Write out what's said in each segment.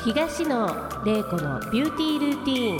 東野玲子のビューティールーティー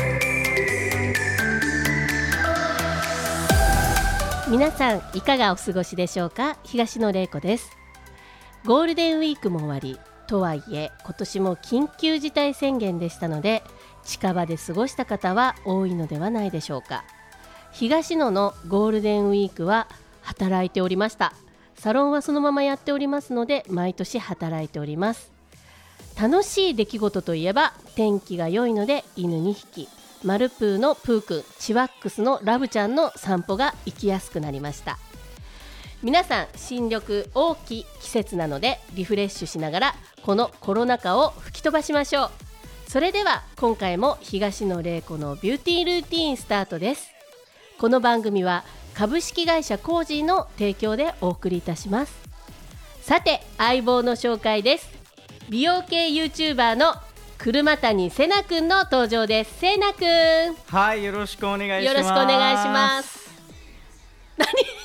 ン。皆さんいかがお過ごしでしょうか。東野玲子です。ゴールデンウィークも終わりとはいえ、今年も緊急事態宣言でしたので、近場で過ごした方は多いのではないでしょうか。東野のゴールデンウィークは働いておりました。サロンはそのままやっておりますので、毎年働いております。楽しい出来事といえば、天気が良いので犬2匹、マルプーのプーくん、チワックスのラブちゃんの散歩が行きやすくなりました。皆さん新緑大きい季節なので、リフレッシュしながらこのコロナ禍を吹き飛ばしましょう。それでは今回も東野玲子のビューティールーティーンスタートです。この番組は株式会社コージーの提供でお送りいたします。さて、相棒の紹介です。美容系 YouTuber の車谷せなくんの登場です。せなくん、 はい、よろしくお願いします。 よろしくお願いします。何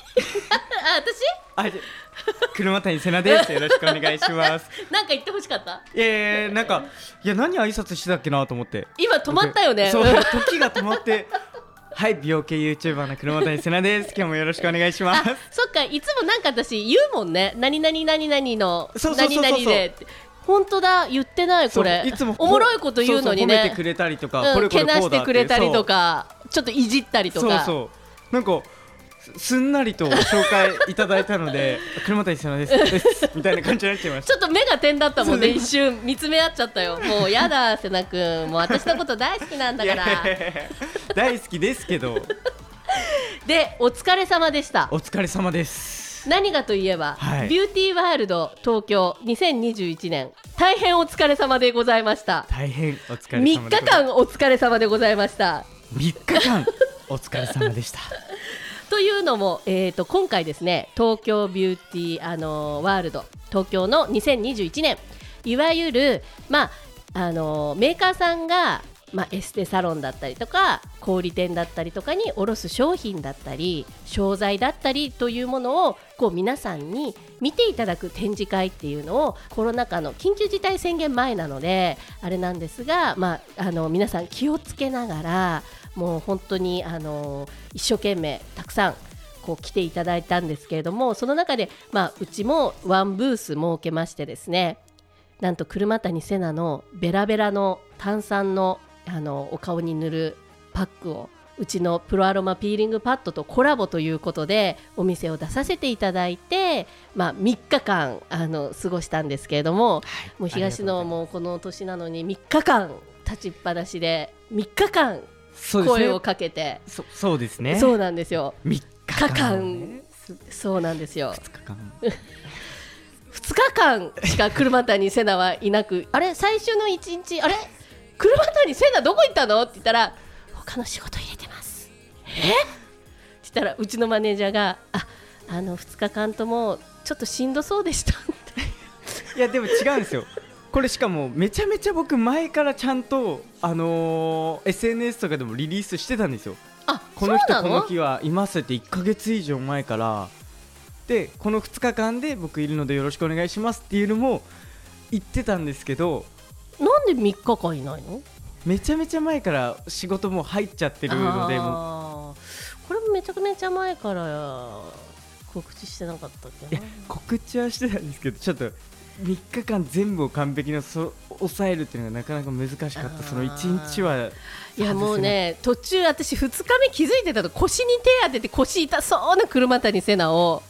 私車谷せなです。よろしくお願いしますなんか言ってほしかった。 なんか何挨拶してたっけなと思って、 今止まったよね。 そう時が止まってはい、美容系 YouTuber の車谷せなです。今日もよろしくお願いします。 そっか、いつもなんか私言うもんね。何々何々の何々でって。本当だ、言ってない。これいつもおもろいこと言うのにね、 褒めてくれたりとか、これこれこうだって、 けなしてくれたりとか、ちょっといじったりとか、 そうなんかすんなりと紹介いただいたので車谷せなですみたいな感じになっちゃいました。 ちょっと目が点だったもんね。一瞬見つめ合っちゃったよ。もうやだ、せなくん、もう私のこと大好きなんだから。 大好きですけどで、お疲れ様でした。 お疲れ様です。 何がといえば、 はい、 ビューティーワールド東京2021年、大変お疲れ様でございました。 大変お疲れ様で 3日間お疲れ様でございました。 3日間お疲れ様でしたというのも、今回ですね、東京ビューティーワールド東京の2021年、いわゆる、メーカーさんが、エステサロンだったりとか小売店だったりとかに卸す商品だったり商材だったりというものをこう皆さんに見ていただく展示会っていうのを、コロナ禍の緊急事態宣言前なのであれなんですが、皆さん気をつけながら、もう本当に一生懸命たくさんこう来ていただいたんですけれども、その中で、うちもワンブース設けましてですね、なんと車谷せなのベラベラの炭酸のお顔に塗るパックをうちのプロアロマピーリングパッドとコラボということでお店を出させていただいて、3日間過ごしたんですけれども、もう東野もこの年なのに3日間立ちっぱなしで3日間声をかけて、 そうですね、 そうなんですよ。 3日間、 そうなんですよ。 2日間 2日間しか車谷せなはいなく、あれ最初の1日、あれ車谷せなどこ行ったのって言ったら、他の仕事入れてます。って言ったら、うちのマネージャーが2日間ともちょっとしんどそうでしたいやでも違うんですよ。これしかもめちゃめちゃ僕前からちゃんと、SNS とかでもリリースしてたんですよ。この人この日はいますって1ヶ月以上前からで、この2日間で僕いるのでよろしくお願いしますっていうのも言ってたんですけど、 なんで3日間いないの？ めちゃめちゃ前から仕事も入っちゃってるので、もうこれもめちゃめちゃ前から告知してなかったっけな。 いや告知はしてたんですけど、ちょっと3日間全部を完璧に抑えるっていうのがなかなか難しかった。その1日はいやもうね、途中私2日目気づいてたの、腰に手当てて腰痛そうな車谷せなを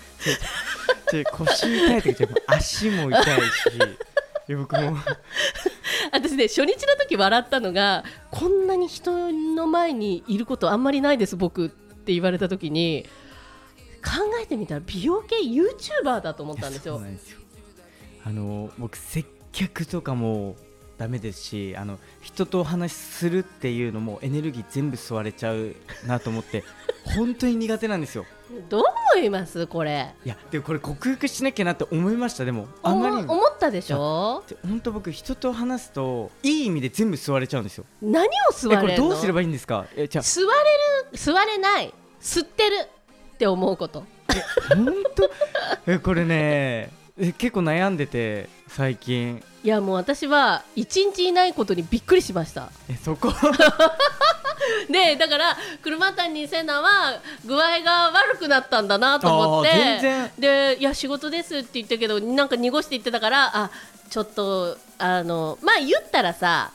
腰痛いとか足も痛いし僕も私ね、初日の時笑ったのが、こんなに人の前にいることあんまりないです僕って言われた時に、考えてみたら美容系 YouTuber だと思ったんですよ。 そうなんですよ。僕接客とかもダメですし、人とお話しするっていうのもエネルギー全部吸われちゃうなと思って本当に苦手なんですよ。 どう思いますこれ？ いやでもこれ克服しなきゃなって思いました。でもあんまり思ったでしょ。 本当僕人と話すといい意味で全部吸われちゃうんですよ。 何を吸われるの？ これどうすればいいんですか？ 吸われる、吸われない、吸ってるって思うこと。 本当これね結構悩んでて最近いやもう私は1日いないことにびっくりしました。 そこでだから車谷せなは具合が悪くなったんだなと思って、 全然でいや仕事ですって言ったけどなんか濁して言ってたから、あちょっとまあ言ったらさ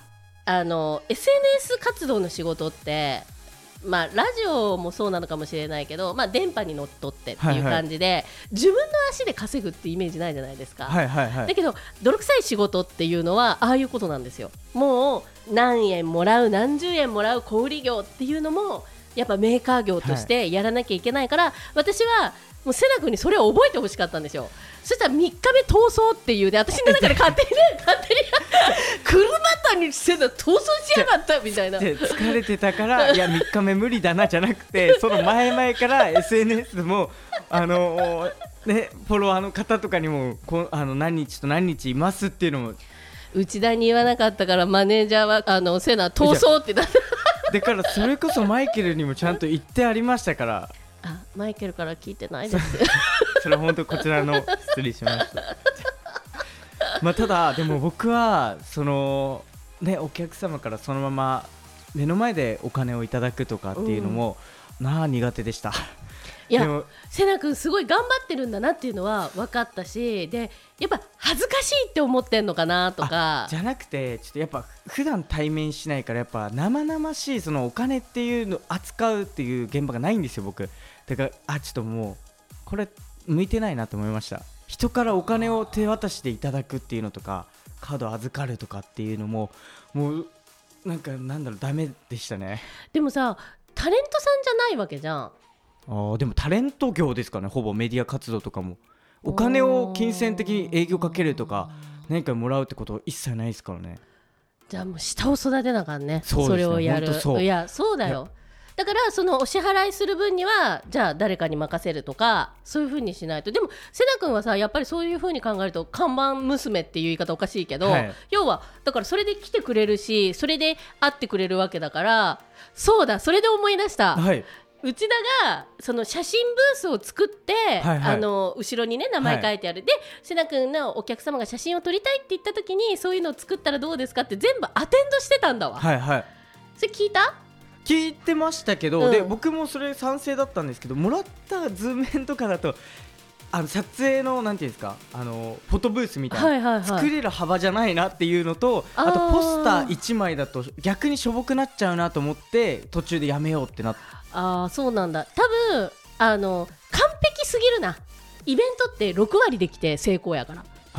SNS 活動の仕事ってまあラジオもそうなのかもしれないけど、まあ、電波にのっとってっていう感じで、はいはい、自分の足で稼ぐってイメージないじゃないですか、 はいはいはい、 だけど泥臭い仕事っていうのはああいうことなんですよ。もう何円もらう何十円もらう小売業っていうのもやっぱメーカー業としてやらなきゃいけないから、はい、私はもう瀬名君にそれを覚えてほしかったんですよ。そしたら3日目逃走っていうで私の中で勝手に車谷瀬名逃走しやがったみたいな疲れてたからいや3日目無理だなじゃなくてその前々から SNS もね、フォロワーの方とかにも何日と何日いますっていうのも内田に言わなかったからマネージャーは瀬名逃走ってなっただからそれこそマイケルにもちゃんと言ってありましたから。 あマイケルから聞いてないですそれは本当こちらの失礼しましたまあただでも僕はねお客様からそのまま目の前でお金をいただくとかっていうのも、苦手でした。 いや瀬名君すごい頑張ってるんだなっていうのは分かったし、でやっぱ恥ずかしいって思ってんのかなとかじゃなくてちょっとやっぱ普段対面しないからやっぱ生々しいそのお金っていうのを扱うっていう現場がないんですよ僕だからちょっともうこれ向いてないなと思いました。人からお金を手渡しでいただくっていうのとかカード預かるとかっていうのももうなんだろうダメでしたね。 でもさタレントさんじゃないわけじゃん。 でもタレント業ですかね。ほぼメディア活動とかもお金を金銭的に営業かけるとか何かもらうってこと一切ないですからね。 じゃあもう下を育てなあかんね。 そうですね、 それをやる。いやそうだいよ。だからそのお支払いする分にはじゃあ誰かに任せるとかそういう風にしないと。でも瀬名君はさやっぱりそういう風に考えると看板娘っていう言い方おかしいけど、要はだからそれで来てくれるしそれで会ってくれるわけだから。そうだそれで思い出した、内田がその写真ブースを作って、後ろにね名前書いてある、で瀬名君のお客様が写真を撮りたいって言った時にそういうのを作ったらどうですかって全部アテンドしてたんだわ。それ聞いた？ 聞いてましたけど、で僕もそれ賛成だったんですけどもらった図面とかだと撮影のなんていうんですかフォトブースみたいな、作れる幅じゃないなっていうのとあとポスター1枚だと逆にしょぼくなっちゃうなと思って途中でやめようってなって。 そうなんだ。多分完璧すぎるな。イベントって6割できて成功やから、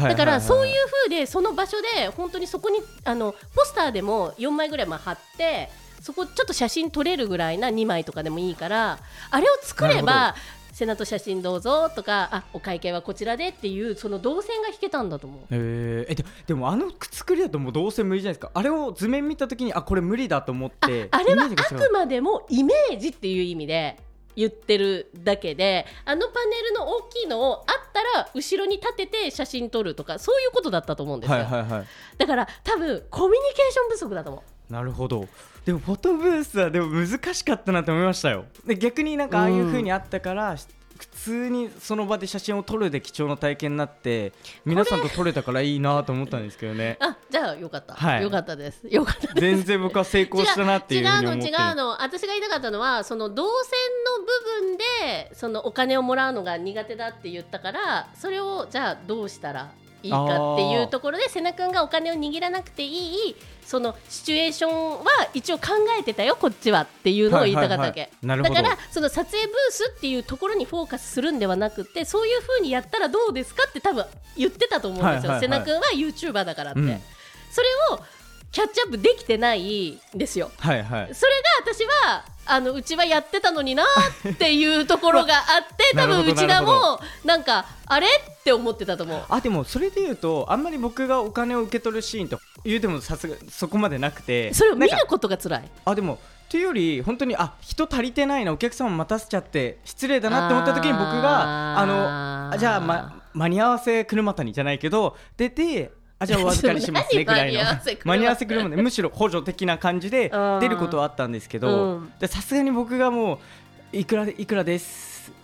だからそういう風でその場所で本当にそこにポスターでも4枚ぐらい貼ってそこちょっと写真撮れるぐらいな2枚とかでもいいからあれを作れば瀬名と写真どうぞとかお会計はこちらでっていうその動線が引けたんだと思う。 でも作りだともう動線無理じゃないですか。あれを図面見た時にこれ無理だと思ってあれはあくまでもイメージっていう意味で言ってるだけでパネルの大きいのをあったら後ろに立てて写真撮るとかそういうことだったと思うんですよ、だから多分コミュニケーション不足だと思う。 なるほど。でもフォトブースはでも難しかったなと思いましたよ。で逆にああいう風にあったから普通にその場で写真を撮るで貴重な体験になって皆さんと撮れたからいいなと思ったんですけどね。 じゃあよかった、よかったです。よかったです。 全然僕は成功したなっていうふうに思って。違うの私が言いたかったのはその動線の部分でそのお金をもらうのが苦手だって言ったからそれをじゃあどうしたらいいかっていうところで瀬名君がお金を握らなくていいそのシチュエーションは一応考えてたよこっちはっていうのを言いたかったわけ、だからその撮影ブースっていうところにフォーカスするんではなくてそういう風にやったらどうですかって多分言ってたと思うんですよ、瀬名君は YouTuber だからって、それをキャッチアップできてないんですよ、それが私はうちはやってたのになっていうところがあって多分内田もなんかあれって思ってたと思う。 でもそれでいうとあんまり僕がお金を受け取るシーンと言うてもさすがそこまでなくてそれを見ることが辛い。 でもというより本当に人足りてないなお客様待たせちゃって失礼だなって思った時に僕がじゃあ、間に合わせ車谷じゃないけど出てじゃあお預かりしますねぐらいの間に合わせ車でむしろ補助的な感じで出ることはあったんですけどさすがに僕がもういくらです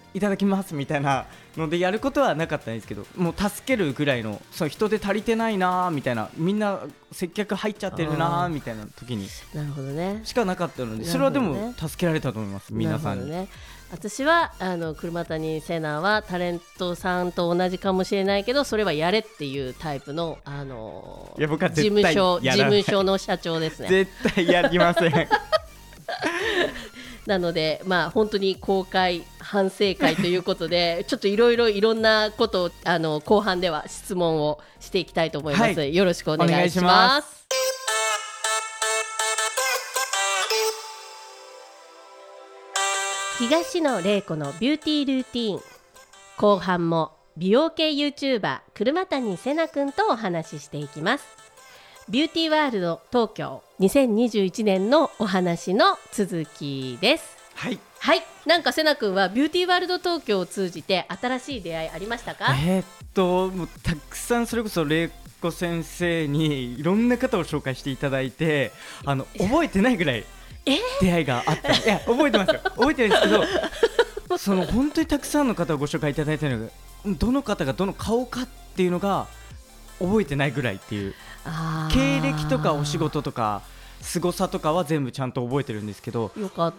いただきますみたいなのでやることはなかったんですけど、もう助けるぐらいの、そう人手足りてないなみたいな、みんな接客入っちゃってるなみたいな時になるほどねしかなかったので、それはでも助けられたと思います、皆さんに。 ね、私は車谷セナはタレントさんと同じかもしれないけど、それはやれっていうタイプの、 いや僕は事絶対務やらない所の社長ですね。 絶対やりませんなので、まあ、本当に公開反省会ということでちょっといろんなことを後半では質問をしていきたいと思います、はい、よろしくお願いします。東野玲子のビューティールーティーン、後半も美容系 YouTuber 車谷セナ君とお話ししていきます。ビューティーワールド東京2021年のお話の続きです。 はい、 はい、なんかセナ君はビューティーワールド東京を通じて新しい出会いありましたか？ もうたくさん、それこそ玲子先生にいろんな方を紹介していただいて、覚えてないぐらい出会いがあった。いや覚えてますよ、覚えてるんですけどその本当にたくさんの方をご紹介いただいたのが、どの方がどの顔かっていうのが覚えてないぐらいっていう、経歴とかお仕事とか凄さとかは全部ちゃんと覚えてるんですけど。 よかった。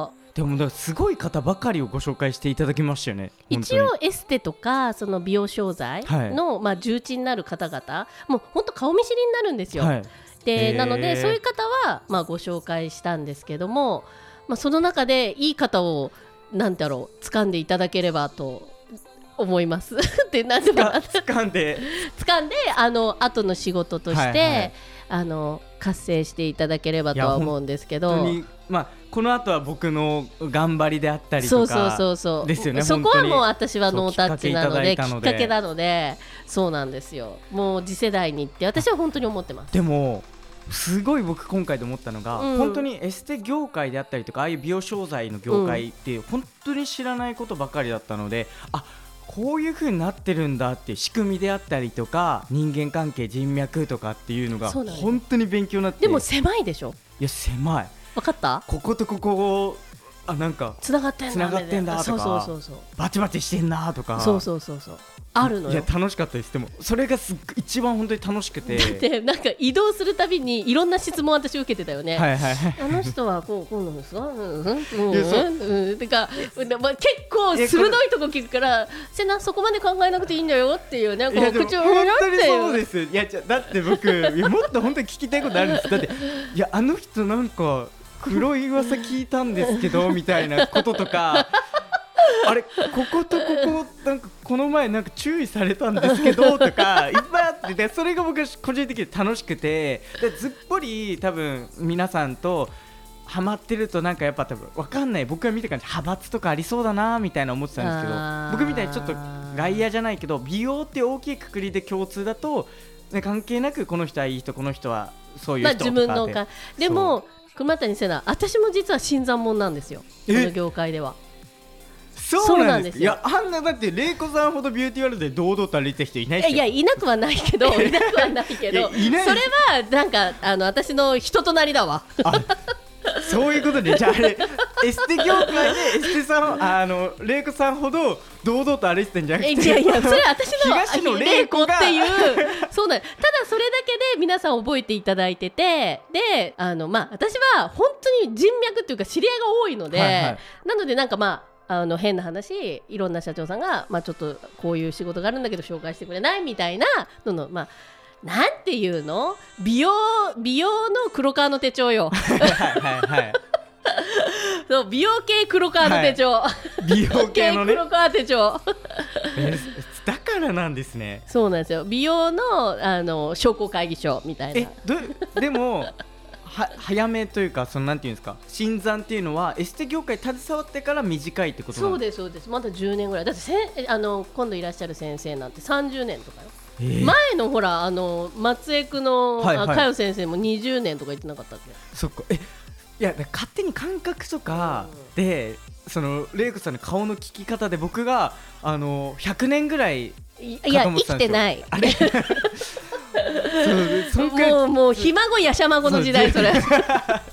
でもだからすごい方ばかりをご紹介していただきましたよね。 一応エステとかその美容商材の、重鎮になる方々もう本当顔見知りになるんですよ、はい、でなのでそういう方は、ご紹介したんですけども、その中でいい方を掴んでいただければと思いますでなんでも掴んで後の仕事として、活性していただければとは思うんですけど、 この後は僕の頑張りであったりとかですよね。 そこはもう私はノータッチなのできっかけなので、そうなんですよ。もう次世代にって私は本当に思ってます。 でもすごい僕今回で思ったのが、本当にエステ業界であったりとか、ああいう美容商材の業界って本当に知らないことばかりだったので、こういう風になってるんだっていう仕組みであったりとか、人間関係、人脈とかっていうのが本当に勉強になって。 でも狭いでしょ。 いや狭い。 分かった？ こことここなんかつながってんだとか、バチバチしてんなとか、 そうあるのよ。 いや楽しかったです。でもそれが一番本当に楽しくて、 だってなんか移動するたびにいろんな質問を私受けてたよね。あの人はこうなんですか、てか結構鋭いとこ聞くから、セナそこまで考えなくていいんだよっていうね、口を本当にそうです。いやだって僕もっと本当に聞きたいことあるんです。だっていやあの人なんか黒い噂聞いたんですけどみたいなこととかあれこことここなんかこの前なんか注意されたんですけどとかいっぱいあって、でそれが僕個人的に楽しくて、でずっぽり多分皆さんとハマってるとなんかやっぱ多分分かんない、僕が見た感じ派閥とかありそうだなみたいな思ってたんですけど、僕みたいにちょっと外野じゃないけど美容って大きいくくりで共通だと、関係なくこの人はいい人、この人はそういう人とか自分のか。でも熊谷セナ、私も実は新参者なんですよ、この業界では。 そうなんですよ。いやだって玲子さんほどビューティーワールドで堂々と歩いてる人いないですよ。 いやいなくはないけどそれはなんか私の人となりだわそういうことで、じゃああれエステ業界でエステさん玲子さんほど堂々と歩いてたんじゃなくて、 いやそれ私の東野玲子がっていうそうなん。ただそれだけで皆さん覚えていただいてて、で私は本当に人脈っていうか知り合いが多いので、なのでなんか変な話、いろんな社長さんが、ちょっとこういう仕事があるんだけど紹介してくれないみたいなのの、なんていうの、美容の黒革の手帳よそう美容系黒革の手帳、 美容系のね黒革手帳だからなんですね。 そうなんですよ。美容の商工会議所みたいな。 でも早めというか、なんていうんですか、新参っていうのはエステ業界携わってから短いってことなんですか？ そうです、まだ10年ぐらいだって今度いらっしゃる先生なんて30年とかよ。前のほら松江区の佳代先生も20年とか言ってなかったっけ？ そっか。いや勝手に感覚とかで、その玲子さんの顔の聞き方で僕が100年ぐらいいや生きてないあれもうひ孫やしゃ孫の時代それ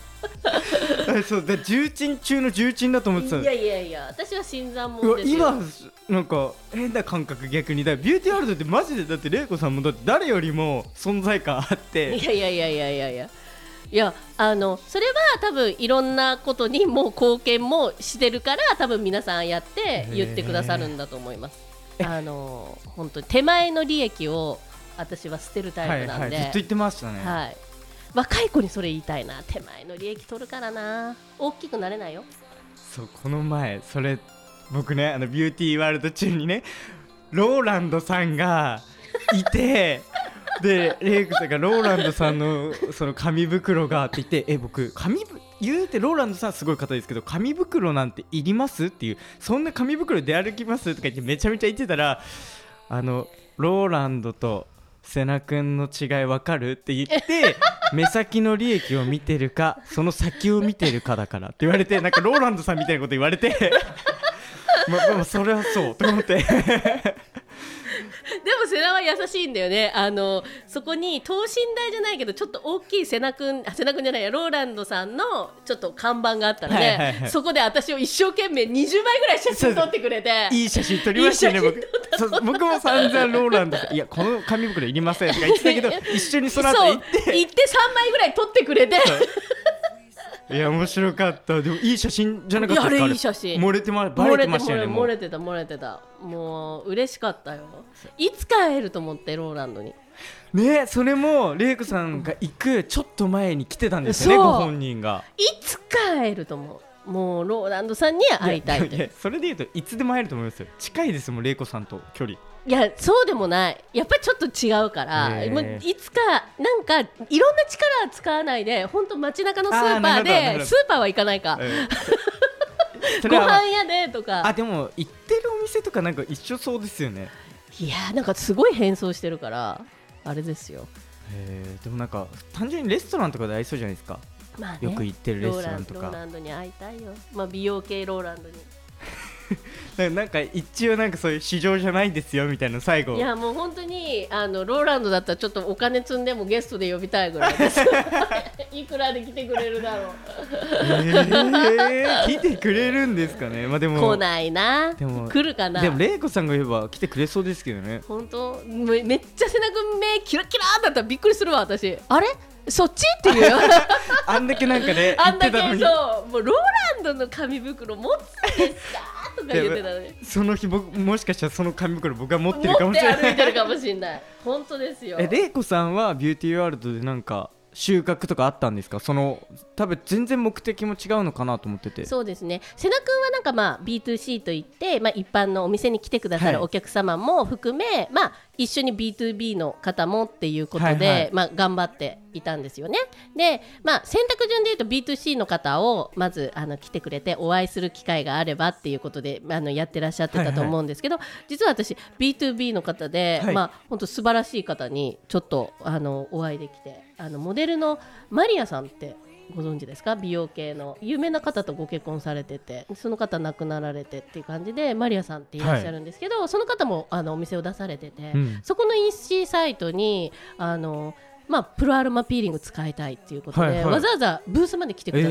そうだ、重鎮中の重鎮だと思ってた。 いやいやいや、私は新参者ですよ。 今なんか変な感覚、逆にだビューティーワールドってマジでだって玲子さんもだって誰よりも存在感あって、 いやいやいやいやいやいやいや、それは多分いろんなことにもう貢献もしてるから、多分皆さんやって言ってくださるんだと思います。本当に手前の利益を私は捨てるタイプなんで、 はいはい、ずっと言ってましたね。 はい、若い子にそれ言いたいな。手前の利益取るからな、大きくなれないよ。 そう、この前それ僕ね、ビューティーワールド中にね、ローランドさんがいてでレイクさんがローランドさんのその紙袋がって言って、僕言うてローランドさんすごい方ですけど、紙袋なんていりますっていう、そんな紙袋出歩きますとか言ってめちゃめちゃ言ってたら、ローランドと瀬名くんの違い分かるって言って目先の利益を見てるかその先を見てるかだからって言われて、なんかローランドさんみたいなこと言われてまあそれはそうと思ってでも瀬名は優しいんだよね。そこに等身大じゃないけどちょっと大きい瀬名くんじゃないや、ローランドさんのちょっと看板があったので、はいはいはい、そこで私を一生懸命20枚ぐらい写真撮ってくれて、 いい写真撮りましたよね。僕も散々ローランドさんいやこの紙袋いりませんとか言ってたけど一緒にその後行って 3枚ぐらい撮ってくれていや面白かった。でもいい写真じゃなかったですか。 あれいい写真、 バレてましたよね。 漏れてた。もう嬉しかったよ。いつか会えると思って、ローランドにね。それも玲子さんが行くちょっと前に来てたんですよね、ご本人が。 いつか会えると思う。もうローランドさんには会いたい。 いやそれで言うといつでも会えると思いますよ。近いですもん、玲子さんと距離。 いやそうでもない、やっぱりちょっと違うから、もういつかなんかいろんな力は使わないで、本当街中のスーパーで、スーパーは行かないか、ご飯屋でとか。 でも行ってるお店とかなんか一緒そうですよね。 いやなんかすごい変装してるからあれですよ。 でもなんか単純にレストランとかで会いそうじゃないですか、まあね、よく行ってるレストランとか。 ローランドに会いたいよ、美容系ローランドになんか一応なんかそういう市場じゃないですよみたいな最後。 いやもう本当にローランドだったらちょっとお金積んでもゲストで呼びたいぐらいですいくらで来てくれるだろう来てくれるんですかね。でも来ないな。でも来るかな。 でも玲子さんが言えば来てくれそうですけどね。 本当めっちゃ瀬名君目キラキラだったらびっくりするわ私。あれそっちっていうあんだけなんかねあんだけそうもうローランドの紙袋持つんですかとか言ってたね。 その日僕もしかしたらその紙袋僕は持ってるかもしれない。 持って歩いてるかもしれない本当ですよ。 玲子さんはビューティーワールドでなんか収穫とかあったんですか。多分全然目的も違うのかなと思ってて。 そうですね、瀬名君はなんかB2C といって、一般のお店に来てくださるお客様も含め、一緒に B2B の方もっていうことで、頑張っていたんですよね。で、選択順でいうと B2C の方をまず来てくれてお会いする機会があればっていうことでやってらっしゃってたと思うんですけど、実は私 B2B の方で、本当素晴らしい方にちょっとお会いできて、モデルのマリアさんってご存知ですか。美容系の有名な方とご結婚されてて、その方亡くなられてっていう感じでマリアさんっていらっしゃるんですけど、その方もお店を出されてて、そこの EC サイトにプロアロマピーリング使いたいっていうことで、わざわざブースまで来てくださって、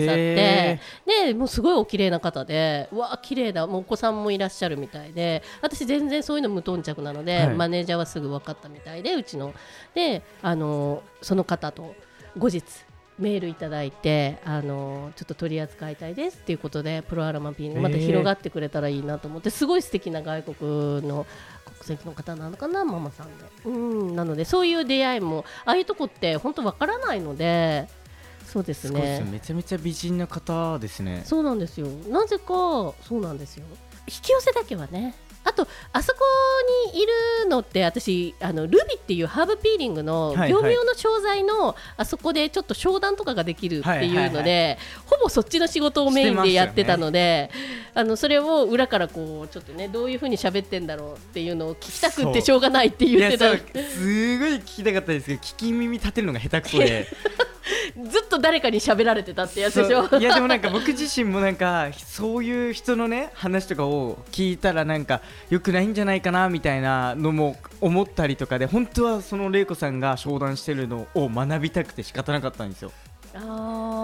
でもうすごいお綺麗な方で、うわ綺麗だ、もうお子さんもいらっしゃるみたいで、私全然そういうの無頓着なので、マネージャーはすぐ分かったみたいで、うちのでその方と後日メールいただいて、ちょっと取り扱いたいですっていうことで、プロアロマピーリングまた広がってくれたらいいなと思って、すごい素敵な外国の国籍の方なのかな、ママさんで、なのでそういう出会いもああいうとこって本当わからないので。そうですね、 めちゃめちゃ美人な方ですね。 そうなんですよ、なぜかそうなんですよ。引き寄せだけはね。あとあそこにいるのって私ルビっていうハーブピーリングの業務用の商材のあそこでちょっと商談とかができるっていうので、ほぼそっちの仕事をメインでやってたので、それを裏からこうちょっとね、どういう風に喋ってんだろうっていうのを聞きたくってしょうがないって言ってた。 すごい聞きたかったですけど、聞き耳立てるのが下手くそでずっと誰かに喋られてたってやつでしょ。 いやでもなんか僕自身もなんかそういう人のね話とかを聞いたらなんか良くないんじゃないかなみたいなのも思ったりとかで、本当はその玲子さんが商談してるのを学びたくて仕方なかったんですよ。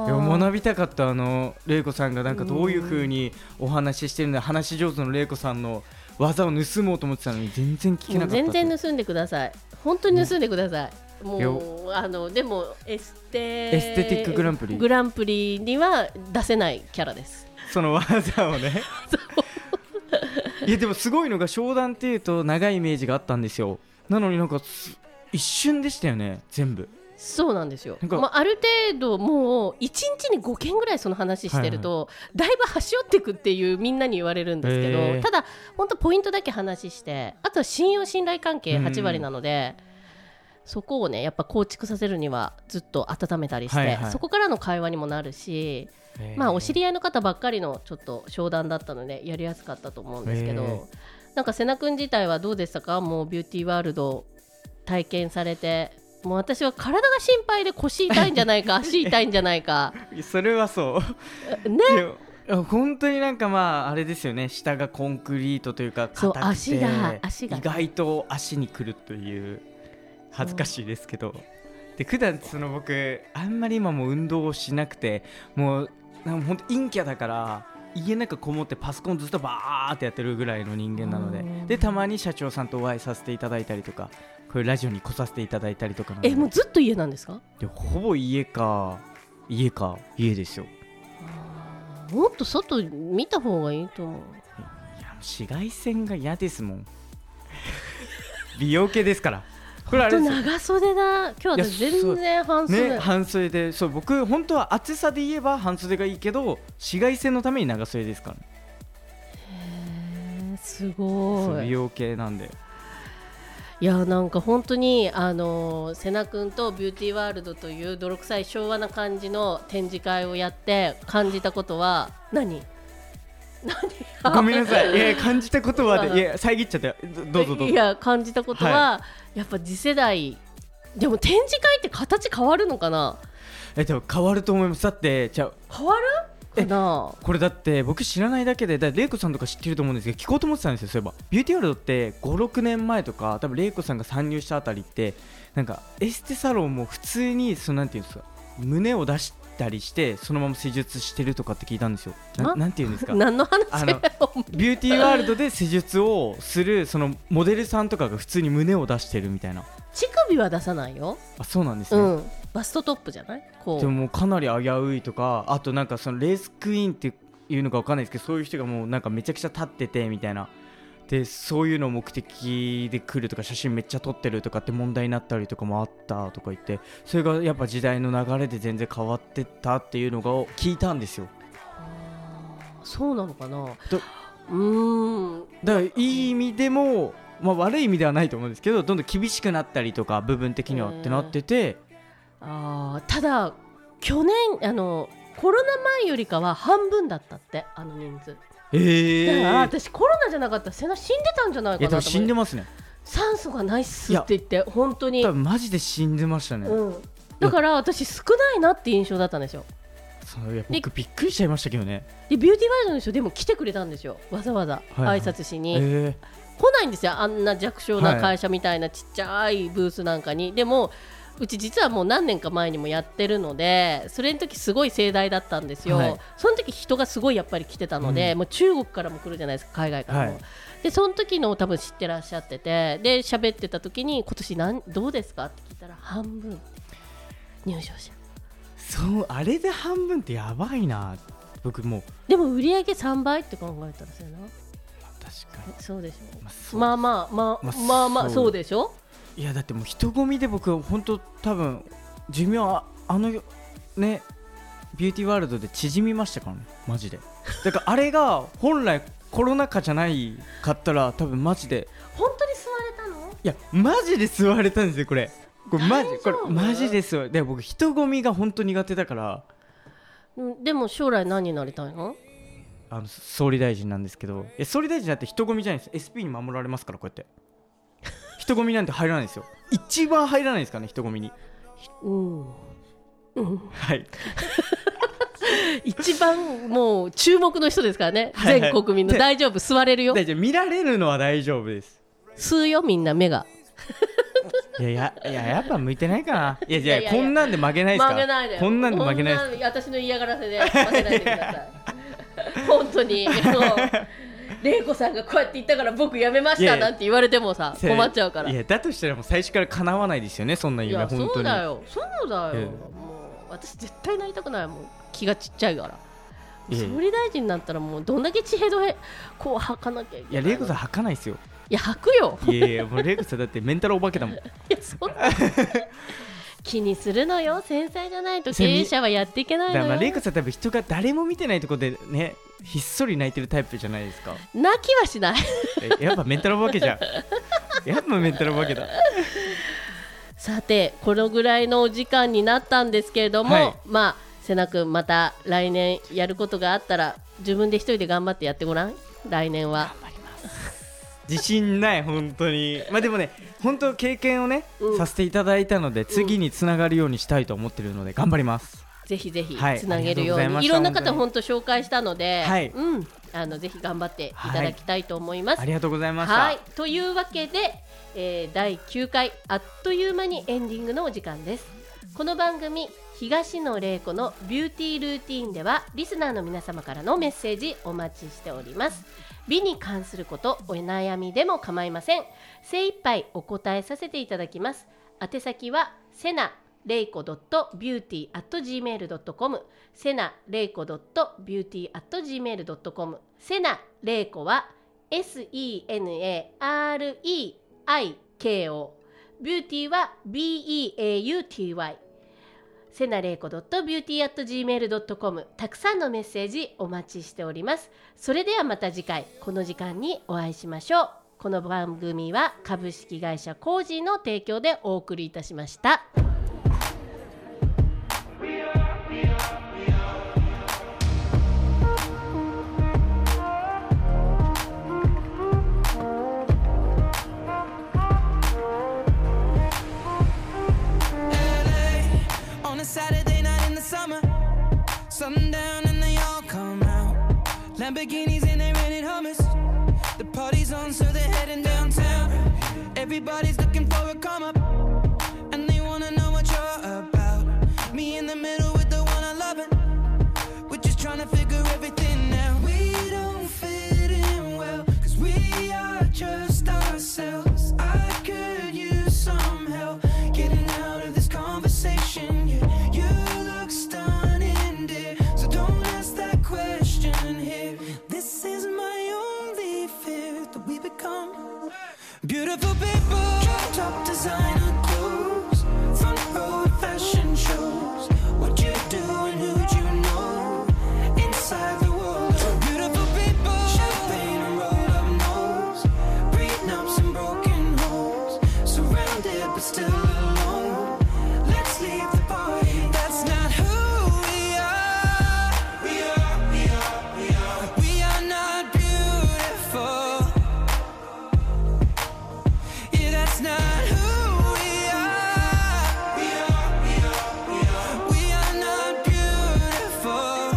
いや学びたかった。玲子さんがなんかどういう風にお話ししてるんだ、話し上手の玲子さんの技を盗もうと思ってたのに全然聞けなかった。 全然盗んでください、本当に盗んでください、もうでもエステティックグランプリには出せないキャラです、 その技をねいやでもすごいのが、商談っていうと長いイメージがあったんですよ。なのになんか一瞬でしたよね、全部。 そうなんですよ、ある程度もう1日に5件ぐらいその話してると、だいぶ端折っていくっていうみんなに言われるんですけど、ただ本当ポイントだけ話して、あとは信用信頼関係8割なので、そこをねやっぱ構築させるにはずっと温めたりして、そこからの会話にもなるし、お知り合いの方ばっかりのちょっと商談だったのでやりやすかったと思うんですけど、なんか瀬名君自体はどうでしたか？もうビューティーワールド体験されて。もう私は体が心配で、腰痛いんじゃないか足痛いんじゃないかそれはそうね。本当になんかあれですよね、下がコンクリートというか硬くて、足が意外と足にくるという恥ずかしいですけど、で普段僕あんまり今も運動をしなくて、もう本当陰キャだから家の中こもってパソコンずっとバーってやってるぐらいの人間なので、たまに社長さんとお会いさせていただいたりとか、こういうラジオに来させていただいたりとか。 もうずっと家なんですか？ ほぼ家ですよ。 もっと外見た方がいいと思う。 いや紫外線が嫌ですもん美容系ですから。これあれですよ、 長袖だ。今日は全然半袖、 半袖で、そう僕本当は暑さで言えば半袖がいいけど、紫外線のために長袖ですからね。 へー、すごい。 美容系なんで。 いやなんか本当に瀬名君とビューティーワールドという泥臭い昭和な感じの展示会をやって感じたことは何ごめんなさい、感じたことはで、遮っちゃって、どうぞ。 いや感じたことは、やっぱ次世代でも展示会って形変わるのかな？ でも変わると思います。だって変わるかな。 これだって僕知らないだけで、玲子さんとか知ってると思うんですけど、聞こうと思ってたんですよ。そういえばビューティーワールドって5、6年前とか、多分玲子さんが参入したあたりって、なんかエステサロンも普通になんていうんですか、胸を出したりしてそのまま施術してるとかって聞いたんですよ。なんていうんですか何の話ビューティーワールドで施術をするそのモデルさんとかが普通に胸を出してるみたいな。 乳首は出さないよ。 あ、そうなんですね、 バストトップじゃない？ でもかなり危ういとか、あとなんかそのレースクイーンっていうのか分かんないですけど、そういう人がもうなんかめちゃくちゃ立っててみたいなで、そういうのを目的で来るとか、写真めっちゃ撮ってるとかって問題になったりとかもあったとか言って、それがやっぱ時代の流れで全然変わってったっていうのが聞いたんですよ。 そうなのかな。 だからいい意味でも、悪い意味ではないと思うんですけど、どんどん厳しくなったりとか部分的にはってなってて、 ただ去年コロナ前よりかは半分だったって、人数。だから私コロナじゃなかったら瀬名死んでたんじゃないかなと思って。 死んでますね。 酸素がないっすって言って、本当に多分マジで死んでましたね、 だから私少ないなって印象だったんですよ。 僕びっくりしちゃいましたけどね。 でビューティーワールドの人でも来てくれたんですよ、わざわざ挨拶しに、来ないんですよ、あんな弱小な会社みたいなちっちゃいブースなんかに。でもうち実はもう何年か前にもやってるので、それの時すごい盛大だったんですよ、その時人がすごいやっぱり来てたので、もう中国からも来るじゃないですか、海外からも、でその時の多分知ってらっしゃってて、で喋ってた時に今年どうですかって聞いたら半分入場者。 そう、あれで半分ってやばいな。僕もでも売り上げ3倍って考えたらそうやな。 確かにそうでしょ。まあそうでしょ。 いやだってもう人混みで僕本当多分寿命ねビューティーワールドで縮みましたからね、マジで。だからあれが本来コロナ禍じゃないかったら多分マジで。 本当に吸われたの？ いやマジで吸われたんですよこれマジですよ。で僕人混みが本当苦手だから。 でも将来何になりたいの？ 総理大臣なんですけど、総理大臣だって人混みじゃないです。 SP に守られますから、こうやって人混みなんて入らないですよ。一番入らないですからね、人混みに。はい一番もう注目の人ですからね、全国民の。大丈夫、座れるよ。 見られるのは大丈夫です。 吸うよみんな目がやっぱ向いてないかな。いやこんなんで負けないですか。 負けないで、 こんなんで負けないです。 私の嫌がらせで負けないでください本当に玲子さんがこうやって言ったから僕やめましたなんて言われてもさ困っちゃうから。 いやだとしたらもう最初から叶わないですよね、そんな夢。本当にそうだよもう私絶対なりたくないもん、気がちっちゃいから。総理大臣になったらもうどんだけ血へどへこう吐かなきゃいけない。 いや玲子さん吐かないですよ。 いや吐くよ。 いやもう玲子さんだってメンタルお化けだもん。いやそんな気にするのよ、繊細じゃないと経営者はやっていけないのよ。 だから玲子さん多分人が誰も見てないところでねひっそり泣いてるタイプじゃないですか。 泣きはしないやっぱメンタルお化けじゃんやっぱメンタルお化けだ。 さてこのぐらいのお時間になったんですけれども、はい、まあ瀬名君また来年やることがあったら自分で一人で頑張ってやってごらん。来年は頑張ります自信ない本当に。まあでもね本当経験をね、させていただいたので次につながるようにしたいと思ってるので頑張ります。 ぜひぜひつなげるように、いろんな方本当紹介したので、はい、ぜひ頑張っていただきたいと思います。 ありがとうございました。 はい、というわけで、第9回あっという間にエンディングのお時間です。この番組東野玲子のビューティールーティーンではリスナーの皆様からのメッセージお待ちしております。美に関することお悩みでも構いません。精一杯お答えさせていただきます。宛先はセナレイコ.beauty@gmail.com セナレイコ.beauty@gmail.com セナレイコは SENAREIKO ビューティーは BEAUTY セナレイコ.beauty@gmail.com たくさんのメッセージお待ちしております。それではまた次回この時間にお会いしましょう。この番組は株式会社コージーの提供でお送りいたしました。 Saturday night in the summer, sundown and they all come out. Lamborghinis and they rented hummus. The party's on, so they're heading downtown. Everybody's looking for a come up, and they wanna know what you're about. Me in the middle with the one I love it. We're just trying to figure everything out. We don't fit in well, 'cause we are just ourselves. I could use some help getting out of this conversation. You look stunning, dear, so don't ask that question here. This is my only fear, that we become beautiful people. Top designer clothes, front row fashion shows. What you do and who'd you know inside the world of beautiful people. Champagne and rolled up nose, prenups and broken homes. Surrounded but still alone. Let's leave the party. That's not who we are. We are not beautiful. Yeah, that's not who we are. We are not beautiful.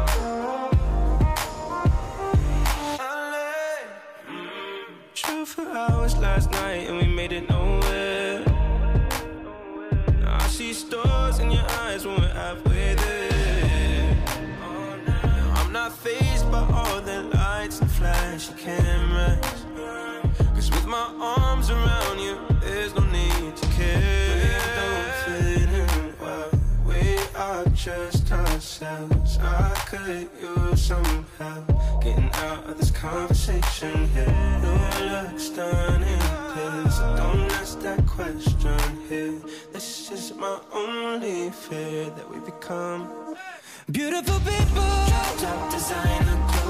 True for hours last night and we made it nowhere. Now I see stars in your eyes when we're halfway there. Now I'm not fazed by all the lights and flashy cameras, 'cause with my arms around you there's no need to care. We don't fit in well, we are just ourselves. I could use some help getting out of this conversation here. No look stunning here, so don't ask that question here. This is my only fear, that we become beautiful people. Top designer clothes,